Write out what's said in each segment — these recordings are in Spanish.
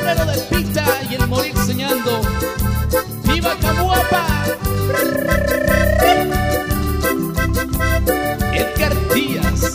sombrero de pita y el morir soñando. ¡Viva Camuapa! Edgar Díaz.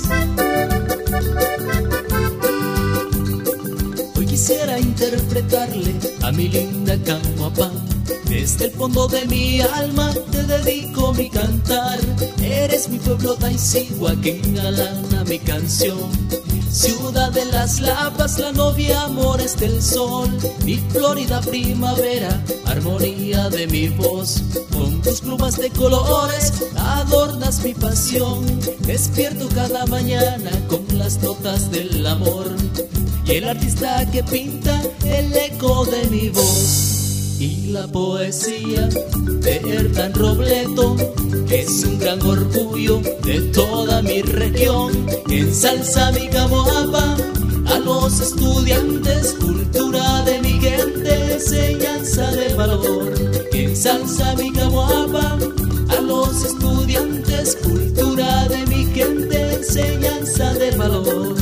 Hoy quisiera interpretarle a mi linda Camuapa. Desde el fondo de mi alma te dedico mi cantar. Eres mi pueblo Taizigua que engalana mi canción. Ciudad de las lapas, la novia amores del sol. Mi florida primavera, armonía de mi voz. Con tus plumas de colores adornas mi pasión. Despierto cada mañana con las notas del amor. Y el artista que pinta el eco de mi voz. Y la poesía de Hernán Robleto es un gran orgullo de toda mi región. Ensalza mi Camuapa a los estudiantes, cultura de mi gente, enseñanza de valor. Ensalza mi Camuapa a los estudiantes, cultura de mi gente, enseñanza de valor.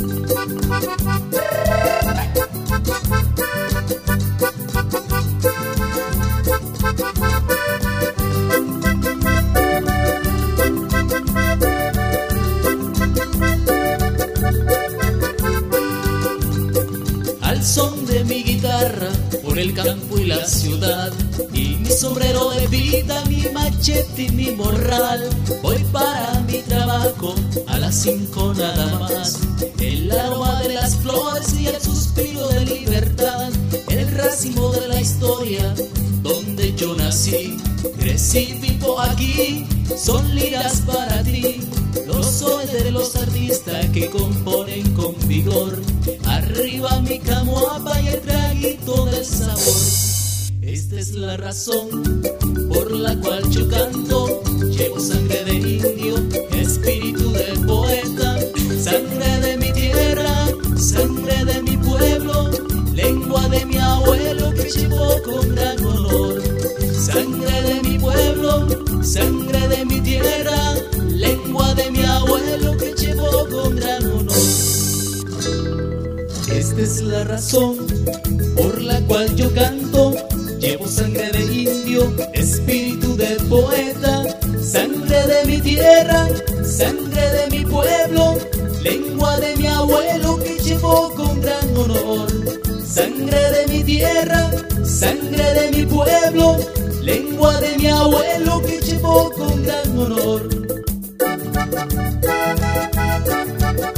Al son de mi guitarra, por el campo y la ciudad, y mi sombrero de vida, mi machete y mi morral, voy para mi trabajo a las 5 nada más. El aroma de las flores y el suspiro de libertad, el racimo de la historia donde yo nací. Crecí, vivo aquí, son liras para ti. Los soy de los artistas que componen con vigor. Arriba mi Camuapa y el traguito del sabor. Esta es la razón por la cual yo canto. Llevo sangre de indio, espíritu de poeta. Sangre de mi tierra, sangre de mi pueblo. Lengua de mi abuelo que llevó con gran honor. Sangre de mi pueblo, sangre de mi tierra. Lengua de mi abuelo que llevó con gran honor. Esta es la razón por la cual yo canto. Llevo sangre de indio, espíritu de poeta. Sangre de mi tierra, sangre de mi pueblo. Lengua de mi abuelo que llevó con gran honor. Sangre de mi tierra, sangre de mi pueblo. Lengua de mi abuelo que llevó con gran honor.